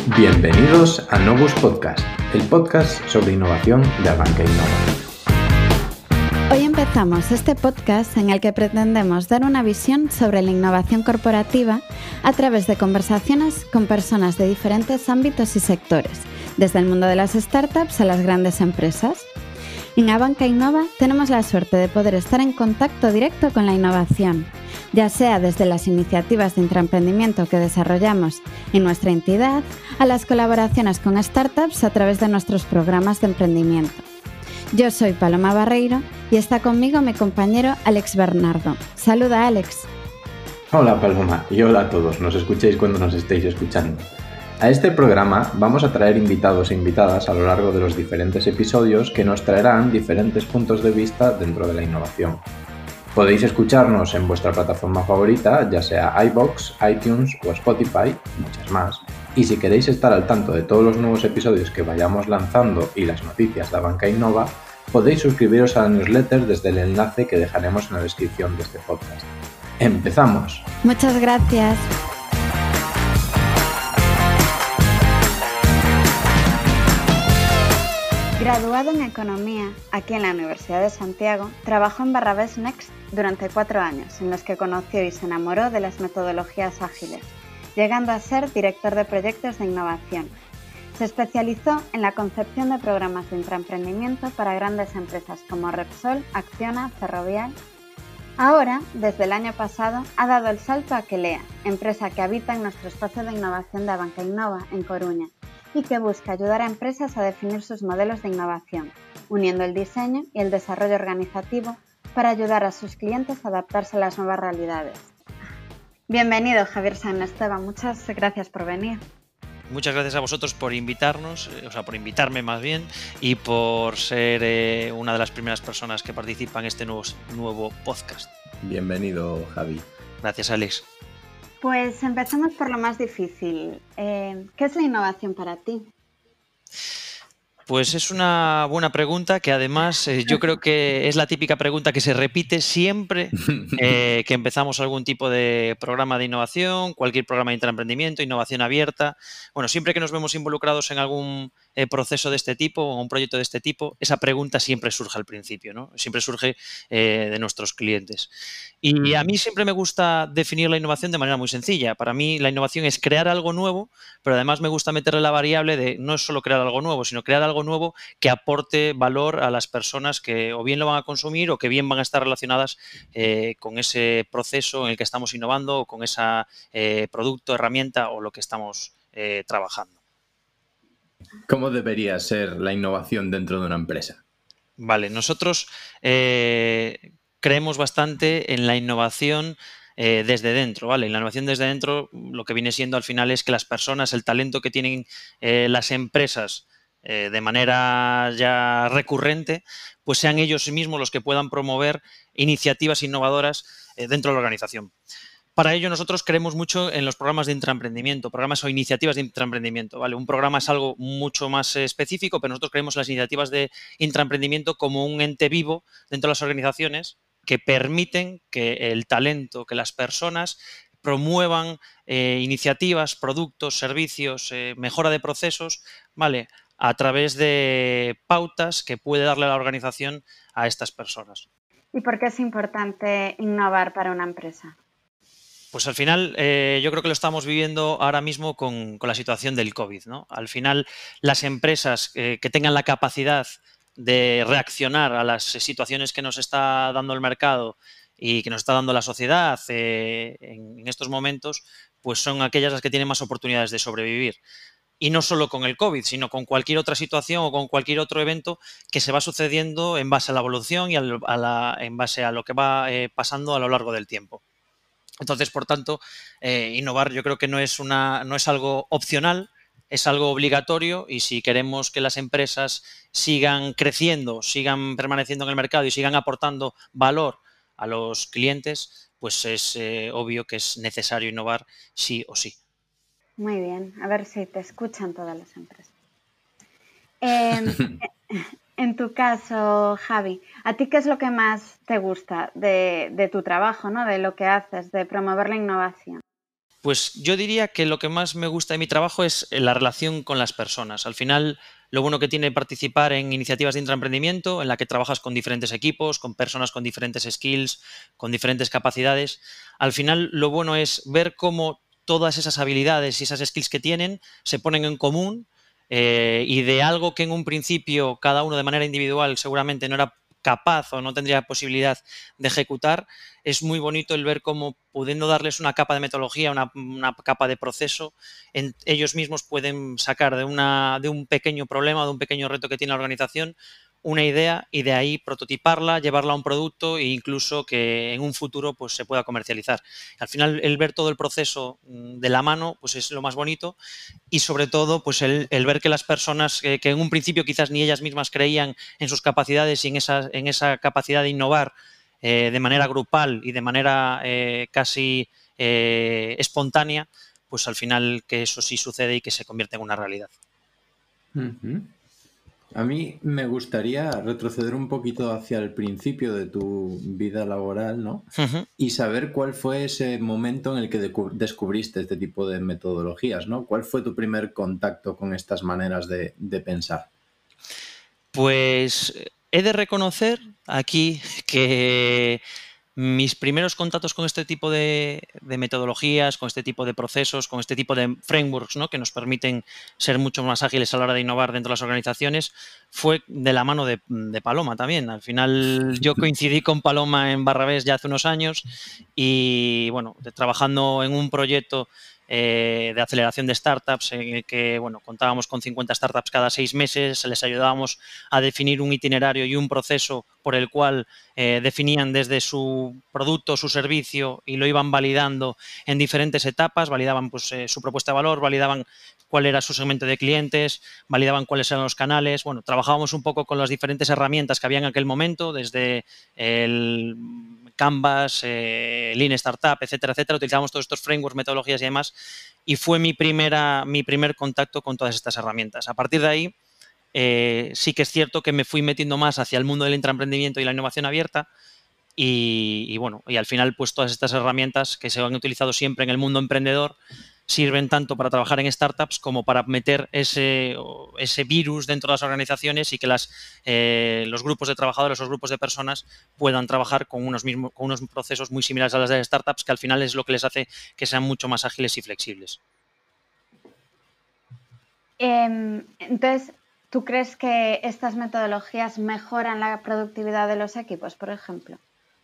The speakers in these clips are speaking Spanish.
Bienvenidos a Novus Podcast, el podcast sobre innovación de Abanca Innova. Hoy empezamos este podcast en el que pretendemos dar una visión sobre la innovación corporativa a través de conversaciones con personas de diferentes ámbitos y sectores, desde el mundo de las startups a las grandes empresas. En Abanca Innova tenemos la suerte de poder estar en contacto directo con la innovación, ya sea desde las iniciativas de intraemprendimiento que desarrollamos en nuestra entidad a las colaboraciones con startups a través de nuestros programas de emprendimiento. Yo soy Paloma Barreiro y está conmigo mi compañero Alex Bernardo. Saluda, Alex. Hola Paloma y hola a todos, nos escuchéis cuando nos estéis escuchando. A este programa vamos a traer invitados e invitadas a lo largo de los diferentes episodios que nos traerán diferentes puntos de vista dentro de la innovación. Podéis escucharnos en vuestra plataforma favorita, ya sea iVoox, iTunes o Spotify, muchas más. Y si queréis estar al tanto de todos los nuevos episodios que vayamos lanzando y las noticias de Abanca Innova, podéis suscribiros a la newsletter desde el enlace que dejaremos en la descripción de este podcast. ¡Empezamos! Muchas gracias. Graduado en Economía aquí en la Universidad de Santiago, trabajó en Barrabás Next durante 4 años, en los que conoció y se enamoró de las metodologías ágiles, llegando a ser director de proyectos de innovación. Se especializó en la concepción de programas de intraemprendimiento para grandes empresas como Repsol, Acciona, Ferrovial. Ahora, desde el año pasado, ha dado el salto a Quelea, empresa que habita en nuestro espacio de innovación de Abanca Innova en Coruña, y que busca ayudar a empresas a definir sus modelos de innovación, uniendo el diseño y el desarrollo organizativo para ayudar a sus clientes a adaptarse a las nuevas realidades. Bienvenido, Javier San Esteban. Muchas gracias por venir. Muchas gracias a vosotros por invitarnos, por invitarme más bien, y por ser una de las primeras personas que participan en este nuevo podcast. Bienvenido, Javi. Gracias, Alex. Pues empecemos por lo más difícil. ¿Qué es la innovación para ti? Pues es una buena pregunta que además yo creo que es la típica pregunta que se repite siempre que empezamos algún tipo de programa de innovación, cualquier programa de intraemprendimiento, innovación abierta. Bueno, siempre que nos vemos involucrados en algún proceso de este tipo o un proyecto de este tipo, esa pregunta siempre surge al principio, ¿no? Siempre surge de nuestros clientes. Y a mí siempre me gusta definir la innovación de manera muy sencilla. Para mí la innovación es crear algo nuevo, pero además me gusta meterle la variable de no es solo crear algo nuevo, sino crear algo nuevo que aporte valor a las personas que o bien lo van a consumir o que bien van a estar relacionadas con ese proceso en el que estamos innovando o con ese producto, herramienta o lo que estamos trabajando. ¿Cómo debería ser la innovación dentro de una empresa? Vale, nosotros creemos bastante en la innovación desde dentro, ¿vale? En la innovación desde dentro lo que viene siendo al final es que las personas, el talento que tienen las empresas de manera ya recurrente, pues sean ellos mismos los que puedan promover iniciativas innovadoras dentro de la organización. Para ello nosotros creemos mucho en los programas de intraemprendimiento, programas o iniciativas de intraemprendimiento, ¿vale? Un programa es algo mucho más específico, pero nosotros creemos en las iniciativas de intraemprendimiento como un ente vivo dentro de las organizaciones que permiten que el talento, que las personas promuevan iniciativas, productos, servicios, mejora de procesos, ¿vale? A través de pautas que puede darle la organización a estas personas. ¿Y por qué es importante innovar para una empresa? Pues al final yo creo que lo estamos viviendo ahora mismo con la situación del COVID, ¿no? Al final las empresas que tengan la capacidad de reaccionar a las situaciones que nos está dando el mercado y que nos está dando la sociedad en estos momentos, pues son aquellas las que tienen más oportunidades de sobrevivir. Y no solo con el COVID, sino con cualquier otra situación o con cualquier otro evento que se va sucediendo en base a la evolución y en base a lo que va pasando a lo largo del tiempo. Entonces, por tanto, innovar yo creo que no es algo opcional, es algo obligatorio, y si queremos que las empresas sigan creciendo, sigan permaneciendo en el mercado y sigan aportando valor a los clientes, pues es obvio que es necesario innovar sí o sí. Muy bien, a ver si te escuchan todas las empresas. En tu caso, Javi, ¿a ti qué es lo que más te gusta de tu trabajo, ¿no? De lo que haces, de promover la innovación? Pues yo diría que lo que más me gusta de mi trabajo es la relación con las personas. Al final, lo bueno que tiene participar en iniciativas de intraemprendimiento, en la que trabajas con diferentes equipos, con personas con diferentes skills, con diferentes capacidades. Al final, lo bueno es ver cómo todas esas habilidades y esas skills que tienen se ponen en común, y de algo que en un principio cada uno de manera individual seguramente no era capaz o no tendría posibilidad de ejecutar, es muy bonito el ver cómo, pudiendo darles una capa de metodología, una capa de proceso, ellos mismos pueden sacar de un pequeño problema, de un pequeño reto que tiene la organización, una idea y de ahí prototiparla, llevarla a un producto e incluso que en un futuro pues, se pueda comercializar. Al final, el ver todo el proceso de la mano pues es lo más bonito, y sobre todo pues el ver que las personas que en un principio quizás ni ellas mismas creían en sus capacidades y en esa capacidad de innovar de manera grupal y de manera casi espontánea, pues al final que eso sí sucede y que se convierte en una realidad. Ujú. A mí me gustaría retroceder un poquito hacia el principio de tu vida laboral, ¿no? Ujú. Y saber cuál fue ese momento en el que descubriste este tipo de metodologías, ¿no? ¿Cuál fue tu primer contacto con estas maneras de pensar? Pues he de reconocer aquí que mis primeros contactos con este tipo de metodologías, con este tipo de procesos, con este tipo de frameworks, ¿no?, que nos permiten ser mucho más ágiles a la hora de innovar dentro de las organizaciones, fue de la mano de Paloma también. Al final yo coincidí con Paloma en Barrabés ya hace unos años y, bueno, trabajando en un proyecto de aceleración de startups en el que, bueno, contábamos con 50 startups cada 6 meses, les ayudábamos a definir un itinerario y un proceso por el cual definían desde su producto, su servicio y lo iban validando en diferentes etapas, validaban pues, su propuesta de valor, validaban cuál era su segmento de clientes, validaban cuáles eran los canales. Bueno, trabajábamos un poco con las diferentes herramientas que había en aquel momento, desde el Canvas, Lean Startup, etcétera, etcétera. Utilizábamos todos estos frameworks, metodologías y demás, y fue mi primer contacto con todas estas herramientas. A partir de ahí, sí que es cierto que me fui metiendo más hacia el mundo del intraemprendimiento y la innovación abierta bueno, y al final pues todas estas herramientas que se han utilizado siempre en el mundo emprendedor sirven tanto para trabajar en startups como para meter ese virus dentro de las organizaciones y que los grupos de trabajadores, los grupos de personas puedan trabajar con con unos procesos muy similares a las de startups, que al final es lo que les hace que sean mucho más ágiles y flexibles. Entonces, ¿tú crees que estas metodologías mejoran la productividad de los equipos, por ejemplo?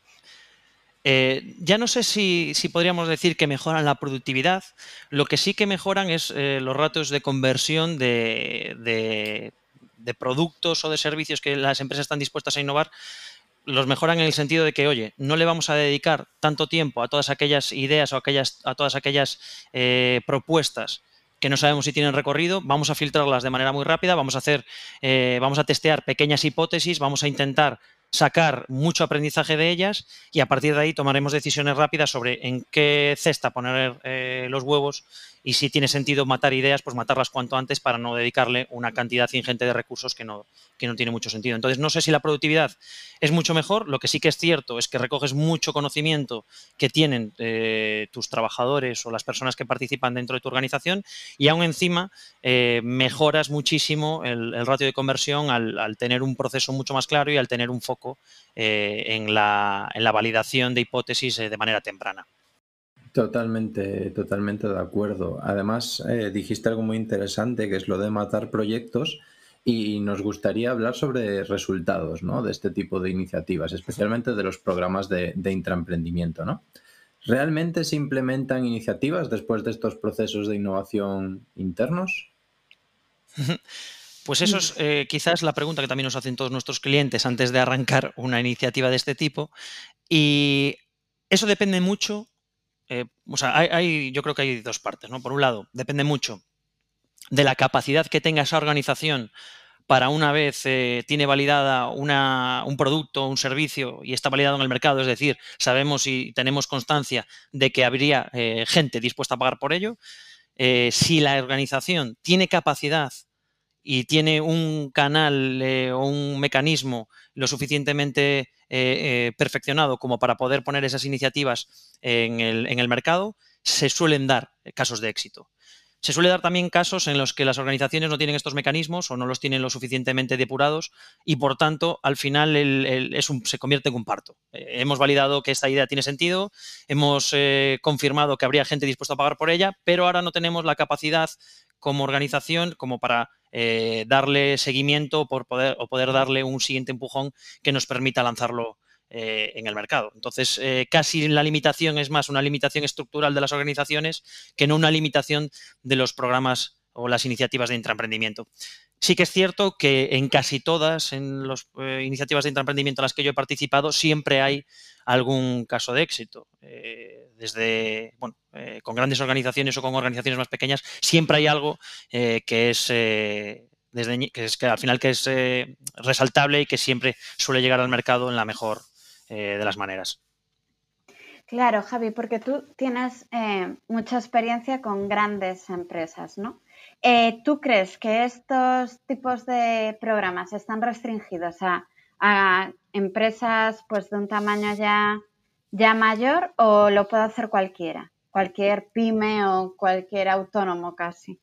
Ya no sé si podríamos decir que mejoran la productividad. Lo que sí que mejoran es los ratios de conversión de productos o de servicios que las empresas están dispuestas a innovar. Los mejoran en el sentido de que, oye, no le vamos a dedicar tanto tiempo a todas aquellas ideas o a todas aquellas propuestas que no sabemos si tienen recorrido, vamos a filtrarlas de manera muy rápida, vamos a testear pequeñas hipótesis, vamos a intentar sacar mucho aprendizaje de ellas y a partir de ahí tomaremos decisiones rápidas sobre en qué cesta poner los huevos y si tiene sentido matar ideas, pues matarlas cuanto antes para no dedicarle una cantidad ingente de recursos que no tiene mucho sentido. Entonces, no sé si la productividad es mucho mejor. Lo que sí que es cierto es que recoges mucho conocimiento que tienen tus trabajadores o las personas que participan dentro de tu organización y aún encima mejoras muchísimo el ratio de conversión al tener un proceso mucho más claro y al tener un foco en la validación de hipótesis de manera temprana. Totalmente, totalmente de acuerdo. Además, dijiste algo muy interesante, que es lo de matar proyectos, y nos gustaría hablar sobre resultados, ¿no?, de este tipo de iniciativas, especialmente de los programas de intraemprendimiento, ¿no? ¿Realmente se implementan iniciativas después de estos procesos de innovación internos? Pues eso es quizás la pregunta que también nos hacen todos nuestros clientes antes de arrancar una iniciativa de este tipo. Y eso depende mucho. O sea, yo creo que hay dos partes, ¿no? Por un lado, depende mucho de la capacidad que tenga esa organización para, una vez tiene validada un producto, un servicio y está validado en el mercado, es decir, sabemos y tenemos constancia de que habría gente dispuesta a pagar por ello. Si la organización tiene capacidad y tiene un canal o un mecanismo lo suficientemente perfeccionado como para poder poner esas iniciativas en el mercado, se suelen dar casos de éxito. Se suele dar también casos en los que las organizaciones no tienen estos mecanismos o no los tienen lo suficientemente depurados y, por tanto, al final se convierte en un parto. Hemos validado que esta idea tiene sentido, hemos confirmado que habría gente dispuesta a pagar por ella, pero ahora no tenemos la capacidad como organización como para darle seguimiento o poder darle un siguiente empujón que nos permita lanzarlo en el mercado. Entonces, casi la limitación es más una limitación estructural de las organizaciones que no una limitación de los programas o las iniciativas de intraemprendimiento. Sí que es cierto que en casi todas las iniciativas de intraemprendimiento en las que yo he participado siempre hay algún caso de éxito. Con grandes organizaciones o con organizaciones más pequeñas, siempre hay algo que es al final resaltable y que siempre suele llegar al mercado en la mejor de las maneras. Claro, Javi, porque tú tienes mucha experiencia con grandes empresas, ¿no? ¿Tú crees que estos tipos de programas están restringidos a empresas pues de un tamaño ya mayor o lo puede hacer cualquiera? Cualquier pyme o cualquier autónomo casi.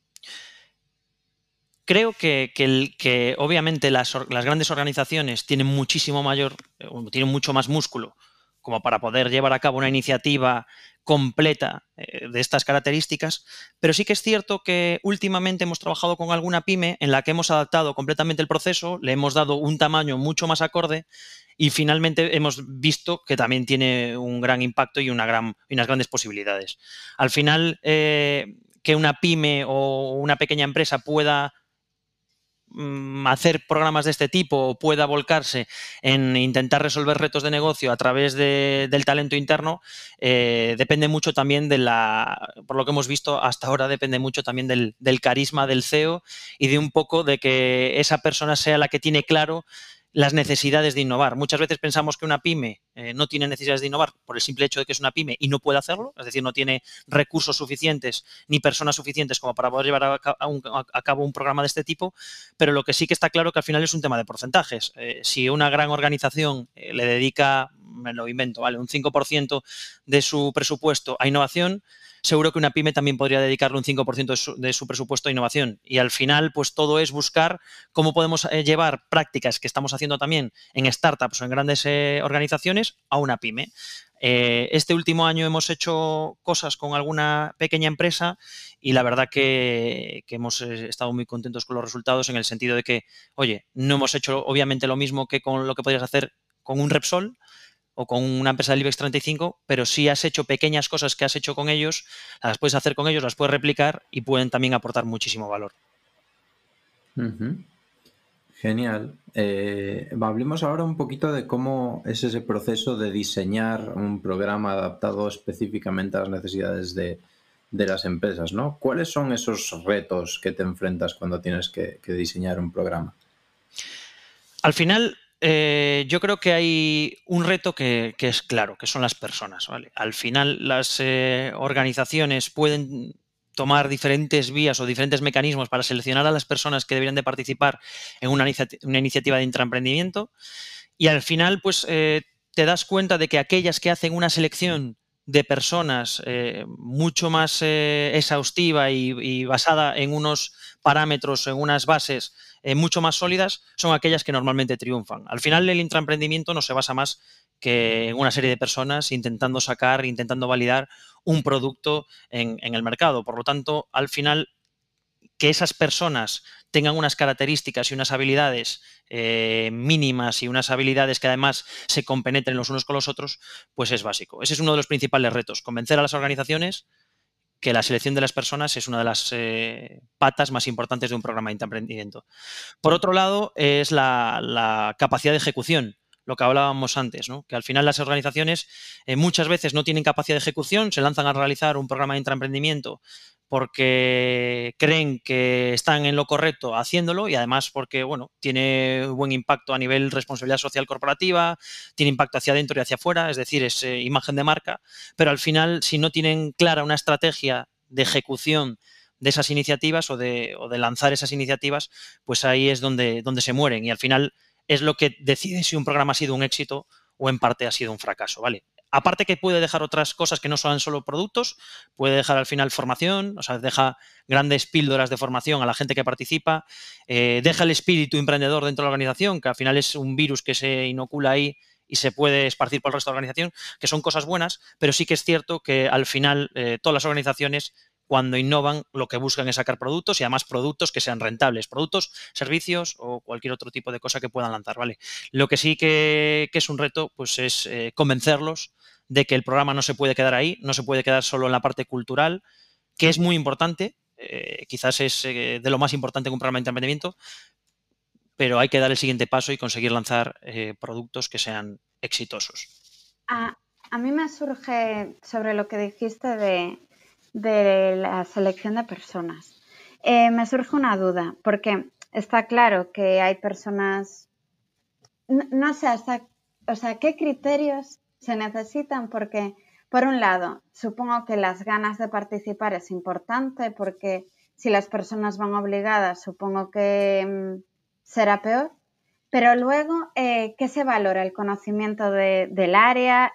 Creo que obviamente las grandes organizaciones tienen mucho más músculo como para poder llevar a cabo una iniciativa completa de estas características, pero sí que es cierto que últimamente hemos trabajado con alguna pyme en la que hemos adaptado completamente el proceso, le hemos dado un tamaño mucho más acorde y finalmente hemos visto que también tiene un gran impacto y unas grandes posibilidades. Al final, que una pyme o una pequeña empresa pueda hacer programas de este tipo o pueda volcarse en intentar resolver retos de negocio a través del talento interno, depende mucho también por lo que hemos visto hasta ahora, depende mucho también del carisma del CEO y de un poco de que esa persona sea la que tiene claro las necesidades de innovar. Muchas veces pensamos que una pyme no tiene necesidades de innovar por el simple hecho de que es una pyme y no puede hacerlo, es decir, no tiene recursos suficientes ni personas suficientes como para poder llevar a cabo un programa de este tipo, pero lo que sí que está claro que al final es un tema de porcentajes. Si una gran organización le dedica, me lo invento, ¿vale?, un 5% de su presupuesto a innovación, seguro que una pyme también podría dedicarle un 5% de su presupuesto a innovación. Y al final, pues todo es buscar cómo podemos llevar prácticas que estamos haciendo también en startups o en grandes organizaciones a una pyme. Este último año hemos hecho cosas con alguna pequeña empresa y la verdad que hemos estado muy contentos con los resultados en el sentido de que, oye, no hemos hecho obviamente lo mismo que con lo que podrías hacer con un Repsol o con una empresa del IBEX 35, pero sí has hecho pequeñas cosas que has hecho con ellos, las puedes hacer con ellos, las puedes replicar y pueden también aportar muchísimo valor. Genial. Hablemos ahora un poquito de cómo es ese proceso de diseñar un programa adaptado específicamente a las necesidades de las empresas, ¿no? ¿Cuáles son esos retos que te enfrentas cuando tienes que diseñar un programa? Al final, yo creo que hay un reto que es claro, que son las personas, ¿vale? Al final, las organizaciones pueden tomar diferentes vías o diferentes mecanismos para seleccionar a las personas que deberían de participar en una iniciativa de intraemprendimiento y al final, pues, te das cuenta de que aquellas que hacen una selección de personas mucho más exhaustiva y basada en unos parámetros, en unas bases mucho más sólidas, son aquellas que normalmente triunfan. Al final, el intraemprendimiento no se basa más que en una serie de personas intentando validar un producto en el mercado. Por lo tanto, al final, que esas personas tengan unas características y unas habilidades mínimas y unas habilidades que además se compenetren los unos con los otros, pues es básico. Ese es uno de los principales retos, convencer a las organizaciones que la selección de las personas es una de las patas más importantes de un programa de intraemprendimiento. Por otro lado, es la capacidad de ejecución, lo que hablábamos antes, ¿no? Que al final las organizaciones muchas veces no tienen capacidad de ejecución, se lanzan a realizar un programa de intraemprendimiento porque creen que están en lo correcto haciéndolo y además porque, bueno, tiene buen impacto a nivel responsabilidad social corporativa, tiene impacto hacia adentro y hacia afuera, es decir, es imagen de marca, pero al final, si no tienen clara una estrategia de ejecución de esas iniciativas o de lanzar esas iniciativas, pues ahí es donde se mueren y al final es lo que decide si un programa ha sido un éxito o en parte ha sido un fracaso, ¿vale? aparte que puede dejar otras cosas que no son solo productos, puede dejar al final formación, o sea, deja grandes píldoras de formación a la gente que participa, deja el espíritu emprendedor dentro de la organización, que al final es un virus que se inocula ahí y se puede esparcir por el resto de la organización, que son cosas buenas, pero sí que es cierto que al final todas las organizaciones, cuando innovan, lo que buscan es sacar productos y además productos que sean rentables, productos, servicios o cualquier otro tipo de cosa que puedan lanzar, ¿vale? Lo que sí que es un reto, pues es convencerlos de que el programa no se puede quedar ahí, no se puede quedar solo en la parte cultural, que es muy importante, quizás es de lo más importante en un programa de emprendimiento, pero hay que dar el siguiente paso y conseguir lanzar productos que sean exitosos. A mí me surge sobre lo que dijiste de la selección de personas. Me surge una duda, porque está claro que hay personas, no sé qué criterios se necesitan, porque por un lado, supongo que las ganas de participar es importante, porque si las personas van obligadas, supongo que será peor. Pero luego, ¿qué se valora? El conocimiento del área,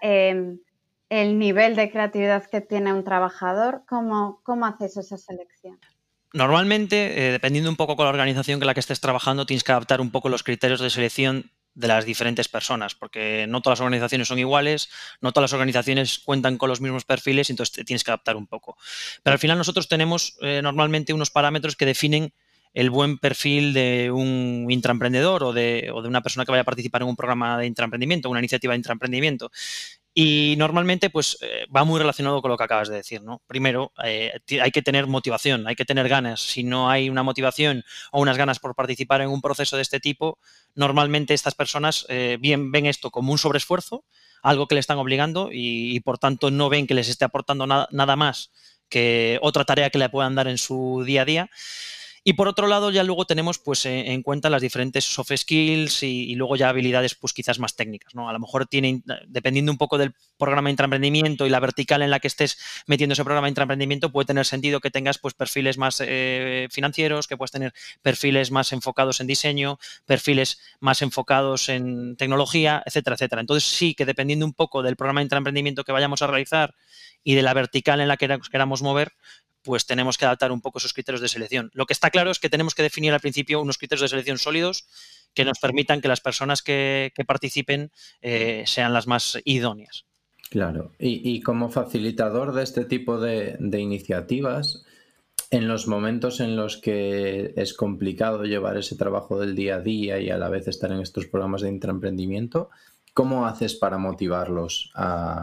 el nivel de creatividad que tiene un trabajador. ¿Cómo hacéis esa selección? Normalmente, dependiendo un poco con la organización con la que estés trabajando, tienes que adaptar un poco los criterios de selección de las diferentes personas, porque no todas las organizaciones son iguales, no todas las organizaciones cuentan con los mismos perfiles, entonces te tienes que adaptar un poco. Pero al final nosotros tenemos normalmente unos parámetros que definen el buen perfil de un intraemprendedor o de una persona que vaya a participar en un programa de intraemprendimiento, una iniciativa de intraemprendimiento. Y normalmente pues va muy relacionado con lo que acabas de decir, ¿no? Primero, hay que tener motivación, hay que tener ganas. Si no hay una motivación o unas ganas por participar en un proceso de este tipo, normalmente estas personas bien ven esto como un sobreesfuerzo, algo que le están obligando y por tanto no ven que les esté aportando nada más que otra tarea que le puedan dar en su día a día. Y por otro lado, ya luego tenemos pues en cuenta las diferentes soft skills y luego ya habilidades pues quizás más técnicas, ¿no? A lo mejor dependiendo un poco del programa de intraemprendimiento y la vertical en la que estés metiendo ese programa de intraemprendimiento, puede tener sentido que tengas pues perfiles más financieros, que puedas tener perfiles más enfocados en diseño, perfiles más enfocados en tecnología, etcétera, etcétera. Entonces sí que dependiendo un poco del programa de intraemprendimiento que vayamos a realizar y de la vertical en la que queramos mover, pues tenemos que adaptar un poco esos criterios de selección. Lo que está claro es que tenemos que definir al principio unos criterios de selección sólidos que nos permitan que las personas que participen sean las más idóneas. Claro, y como facilitador de este tipo de iniciativas, en los momentos en los que es complicado llevar ese trabajo del día a día y a la vez estar en estos programas de intraemprendimiento, ¿cómo haces para motivarlos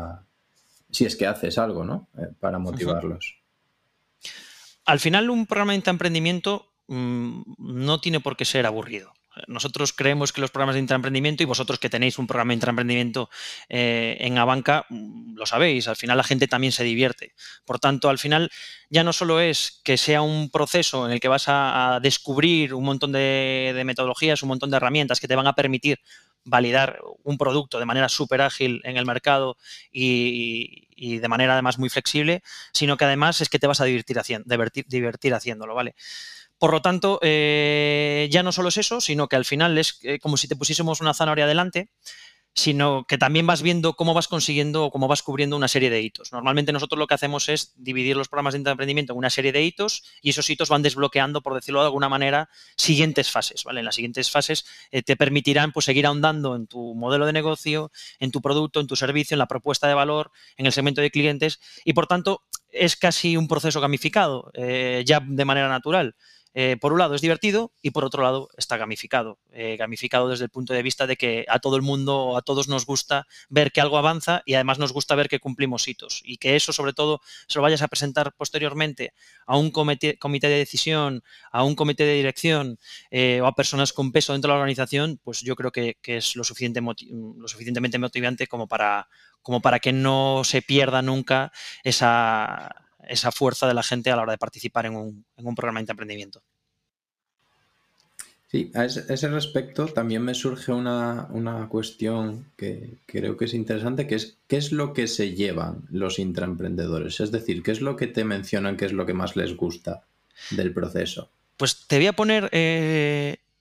si es que haces algo, ¿no? Para motivarlos. Al final, un programa de intraemprendimiento no tiene por qué ser aburrido. Nosotros creemos que los programas de intraemprendimiento, y vosotros que tenéis un programa de intraemprendimiento en Abanca, lo sabéis, al final la gente también se divierte. Por tanto, al final ya no solo es que sea un proceso en el que vas a descubrir un montón de metodologías, un montón de herramientas que te van a permitir validar un producto de manera súper ágil en el mercado y de manera además muy flexible, sino que además es que te vas a divertir haciéndolo, ¿vale? Por lo tanto, ya no solo es eso, sino que al final es como si te pusiésemos una zanahoria delante, sino que también vas viendo cómo vas consiguiendo o cómo vas cubriendo una serie de hitos. Normalmente nosotros lo que hacemos es dividir los programas de emprendimiento en una serie de hitos y esos hitos van desbloqueando, por decirlo de alguna manera, siguientes fases, ¿vale? En las siguientes fases te permitirán pues, seguir ahondando en tu modelo de negocio, en tu producto, en tu servicio, en la propuesta de valor, en el segmento de clientes y, por tanto, es casi un proceso gamificado, ya de manera natural. Por un lado es divertido y por otro lado está gamificado. Gamificado desde el punto de vista de que a todo el mundo, a todos nos gusta ver que algo avanza y además nos gusta ver que cumplimos hitos y que eso sobre todo se lo vayas a presentar posteriormente a un comité de decisión, a un comité de dirección o a personas con peso dentro de la organización, pues yo creo que es lo suficientemente motivante como para que no se pierda nunca esa fuerza de la gente a la hora de participar en un programa de emprendimiento. Sí, a ese respecto también me surge una cuestión que creo que es interesante, que es ¿qué es lo que se llevan los intraemprendedores? Es decir, ¿qué es lo que te mencionan que es lo que más les gusta del proceso? Pues te voy a poner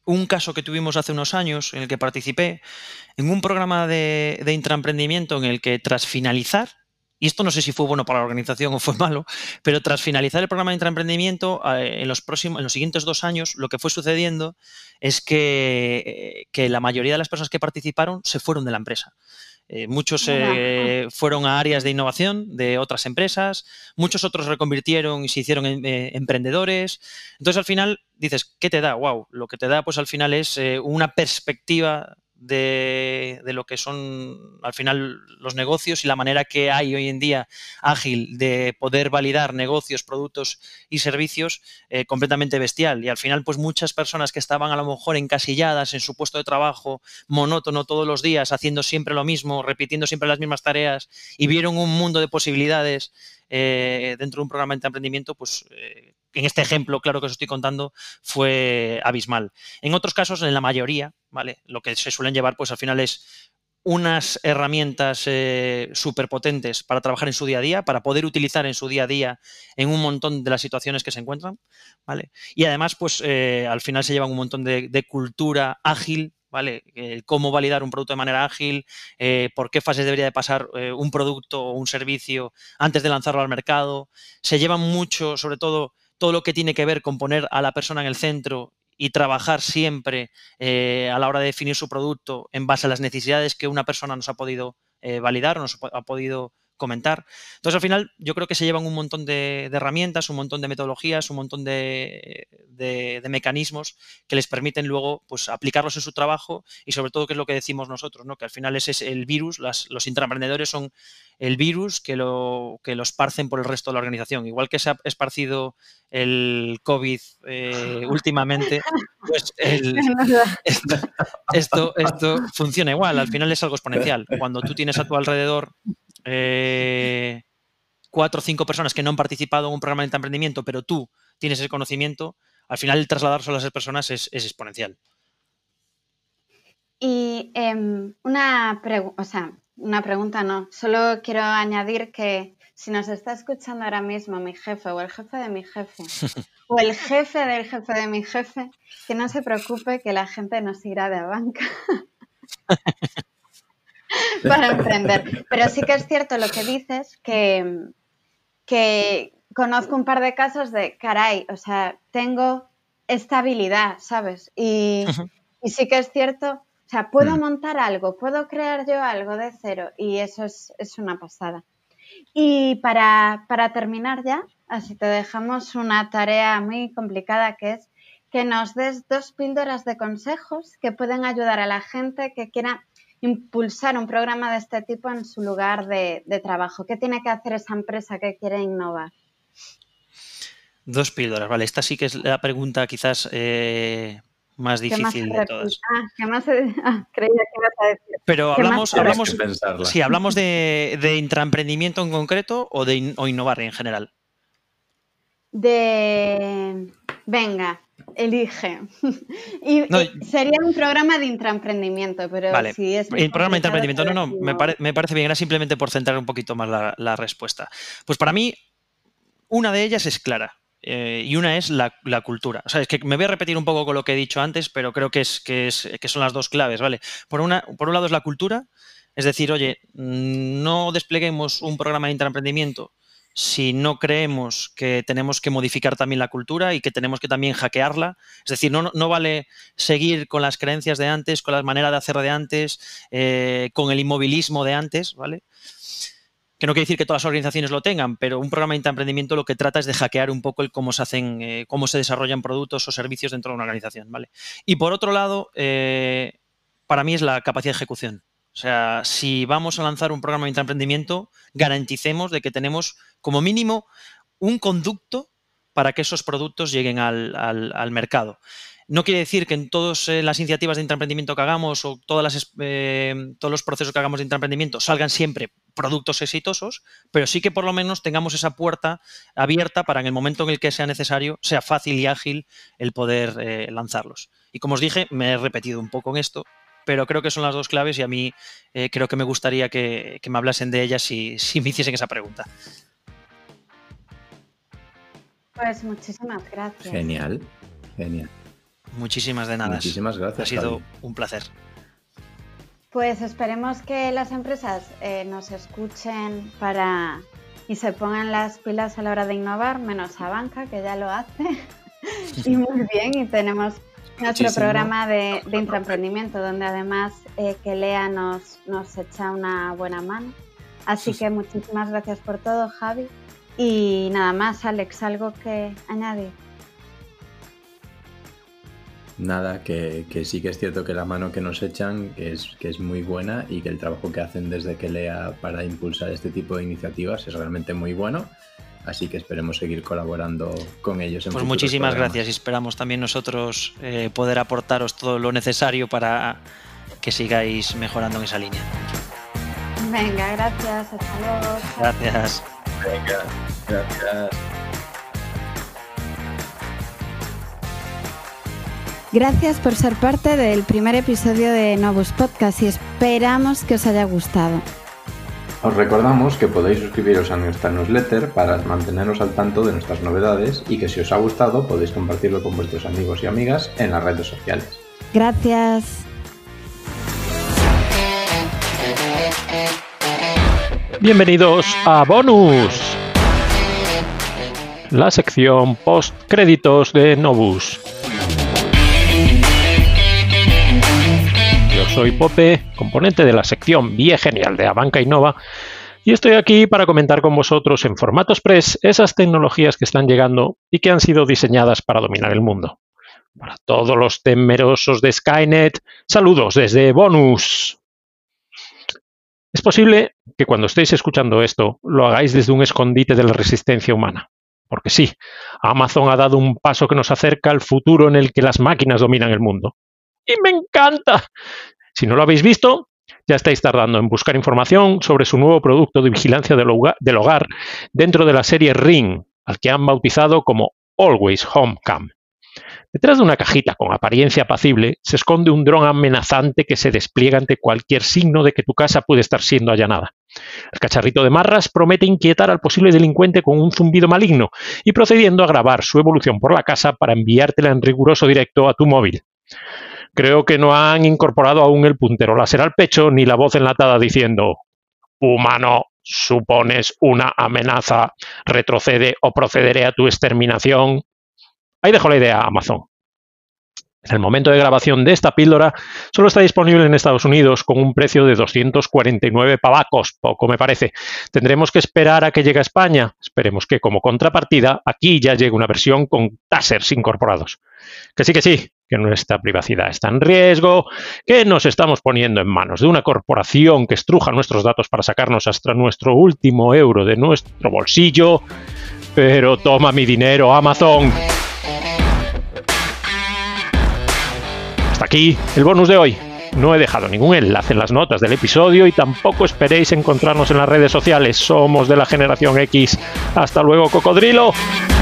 un caso que tuvimos hace unos años en el que participé en un programa de intraemprendimiento en el que tras finalizar, y esto no sé si fue bueno para la organización o fue malo, pero tras finalizar el programa de intraemprendimiento, en los siguientes 2 años, lo que fue sucediendo es que la mayoría de las personas que participaron se fueron de la empresa. Muchos fueron a áreas de innovación de otras empresas, muchos otros reconvirtieron y se hicieron emprendedores. Entonces, al final, dices, ¿qué te da? Wow, lo que te da, pues al final es una perspectiva de lo que son al final los negocios y la manera que hay hoy en día ágil de poder validar negocios, productos y servicios completamente bestial. Y al final, pues muchas personas que estaban a lo mejor encasilladas en su puesto de trabajo, monótono todos los días, haciendo siempre lo mismo, repitiendo siempre las mismas tareas y vieron un mundo de posibilidades dentro de un programa de emprendimiento, pues en este ejemplo, claro que os estoy contando, fue abismal. En otros casos, en la mayoría, ¿vale? Lo que se suelen llevar, pues al final es unas herramientas súper potentes para trabajar en su día a día, para poder utilizar en su día a día en un montón de las situaciones que se encuentran, ¿vale? Y además, pues al final se llevan un montón de cultura ágil, ¿vale? Cómo validar un producto de manera ágil, por qué fases debería de pasar un producto o un servicio antes de lanzarlo al mercado. Se llevan mucho, sobre todo lo que tiene que ver con poner a la persona en el centro y trabajar siempre a la hora de definir su producto en base a las necesidades que una persona nos ha podido validar o nos ha podido comentar. Entonces, al final, yo creo que se llevan un montón de herramientas, un montón de metodologías, un montón de mecanismos que les permiten luego pues, aplicarlos en su trabajo y, sobre todo, que es lo que decimos nosotros, ¿no? Que al final ese es el virus, los intraemprendedores son el virus que lo esparcen por el resto de la organización. Igual que se ha esparcido el COVID últimamente, pues esto funciona igual. Al final es algo exponencial. Cuando tú tienes a tu alrededor 4 o 5 personas que no han participado en un programa de emprendimiento, pero tú tienes ese conocimiento, al final el trasladárselo a esas personas es exponencial. Y una pregunta no, solo quiero añadir que si nos está escuchando ahora mismo mi jefe o el jefe de mi jefe o el jefe del jefe de mi jefe, que no se preocupe que la gente nos irá de banca para emprender. Pero sí que es cierto lo que dices, que conozco un par de casos de, caray, o sea, tengo estabilidad, ¿sabes? Y sí que es cierto, o sea, puedo montar algo, puedo crear yo algo de cero y eso es una pasada. Y para terminar ya, así te dejamos una tarea muy complicada que es que nos des 2 píldoras de consejos que pueden ayudar a la gente que quiera impulsar un programa de este tipo en su lugar de trabajo. ¿Qué tiene que hacer esa empresa que quiere innovar? 2 píldoras, vale. Esta sí que es la pregunta quizás más difícil de todas. Creía que ibas a decir. Pero hablamos de intraemprendimiento en concreto o innovar en general. Venga, elige. Sería un programa de intraemprendimiento, pero vale. Si es el programa de intraemprendimiento, me parece bien. Era simplemente por centrar un poquito más la respuesta. Pues para mí, una de ellas es clara. Y una es la cultura. O sea, es que me voy a repetir un poco con lo que he dicho antes, pero creo que son las 2 claves, ¿vale? Por un lado es la cultura, es decir, oye, no despleguemos un programa de intraemprendimiento si no creemos que tenemos que modificar también la cultura y que tenemos que también hackearla. Es decir, no vale seguir con las creencias de antes, con la manera de hacer de antes, con el inmovilismo de antes, ¿vale? Que no quiere decir que todas las organizaciones lo tengan, pero un programa de intraemprendimiento lo que trata es de hackear un poco el cómo se hacen, cómo se desarrollan productos o servicios dentro de una organización, ¿vale? Y por otro lado, para mí es la capacidad de ejecución. O sea, si vamos a lanzar un programa de intraemprendimiento, garanticemos de que tenemos como mínimo un conducto para que esos productos lleguen al mercado. No quiere decir que en todas las iniciativas de intraemprendimiento que hagamos o todos los procesos que hagamos de intraemprendimiento salgan siempre productos exitosos, pero sí que por lo menos tengamos esa puerta abierta para en el momento en el que sea necesario, sea fácil y ágil el poder lanzarlos. Y como os dije, me he repetido un poco en esto, pero creo que son las 2 claves y a mí creo que me gustaría que me hablasen de ellas si me hiciesen esa pregunta. Pues muchísimas gracias. Genial. Muchísimas de nada. Muchísimas gracias. Ha sido Javi. un placer. Pues esperemos que las empresas nos escuchen y se pongan las pilas a la hora de innovar, menos a Banca, que ya lo hace. Y muy bien, y tenemos nuestro programa de intraemprendimiento, donde además que Lea nos echa una buena mano. Así que muchísimas gracias por todo, Javi. Y nada más, Alex, ¿algo que añadir? Nada, que sí que es cierto que la mano que nos echan que es muy buena y que el trabajo que hacen desde que Lea para impulsar este tipo de iniciativas es realmente muy bueno. Así que esperemos seguir colaborando con ellos. Pues muchísimas gracias y esperamos también nosotros poder aportaros todo lo necesario para que sigáis mejorando en esa línea. Venga, gracias. Hasta luego. Gracias. Venga, gracias. Gracias por ser parte del primer episodio de Novus Podcast y esperamos que os haya gustado. Os recordamos que podéis suscribiros a nuestra newsletter para manteneros al tanto de nuestras novedades y que si os ha gustado podéis compartirlo con vuestros amigos y amigas en las redes sociales. Gracias. Bienvenidos a Bonus, la sección post créditos de Novus. Yo soy Pope, componente de la sección Vie Genial de Abanca Innova, y estoy aquí para comentar con vosotros en formato express esas tecnologías que están llegando y que han sido diseñadas para dominar el mundo. Para todos los temerosos de Skynet, saludos desde Bonus. Es posible que cuando estéis escuchando esto lo hagáis desde un escondite de la resistencia humana. Porque sí, Amazon ha dado un paso que nos acerca al futuro en el que las máquinas dominan el mundo. ¡Y me encanta! Si no lo habéis visto, ya estáis tardando en buscar información sobre su nuevo producto de vigilancia del hogar dentro de la serie Ring, al que han bautizado como Always Home Cam. Detrás de una cajita con apariencia apacible se esconde un dron amenazante que se despliega ante cualquier signo de que tu casa puede estar siendo allanada. El cacharrito de marras promete inquietar al posible delincuente con un zumbido maligno y procediendo a grabar su evolución por la casa para enviártela en riguroso directo a tu móvil. Creo que no han incorporado aún el puntero láser al pecho ni la voz enlatada diciendo «Humano, supones una amenaza, retrocede o procederé a tu exterminación». Ahí dejo la idea a Amazon. En el momento de grabación de esta píldora, solo está disponible en Estados Unidos con un precio de 249 pavacos, poco me parece. Tendremos que esperar a que llegue a España. Esperemos que, como contrapartida, aquí ya llegue una versión con tasers incorporados. Que sí, que nuestra privacidad está en riesgo, que nos estamos poniendo en manos de una corporación que estruja nuestros datos para sacarnos hasta nuestro último euro de nuestro bolsillo. Pero toma mi dinero, Amazon. Hasta aquí el bonus de hoy. No he dejado ningún enlace en las notas del episodio y tampoco esperéis encontrarnos en las redes sociales. Somos de la generación X. Hasta luego, cocodrilo.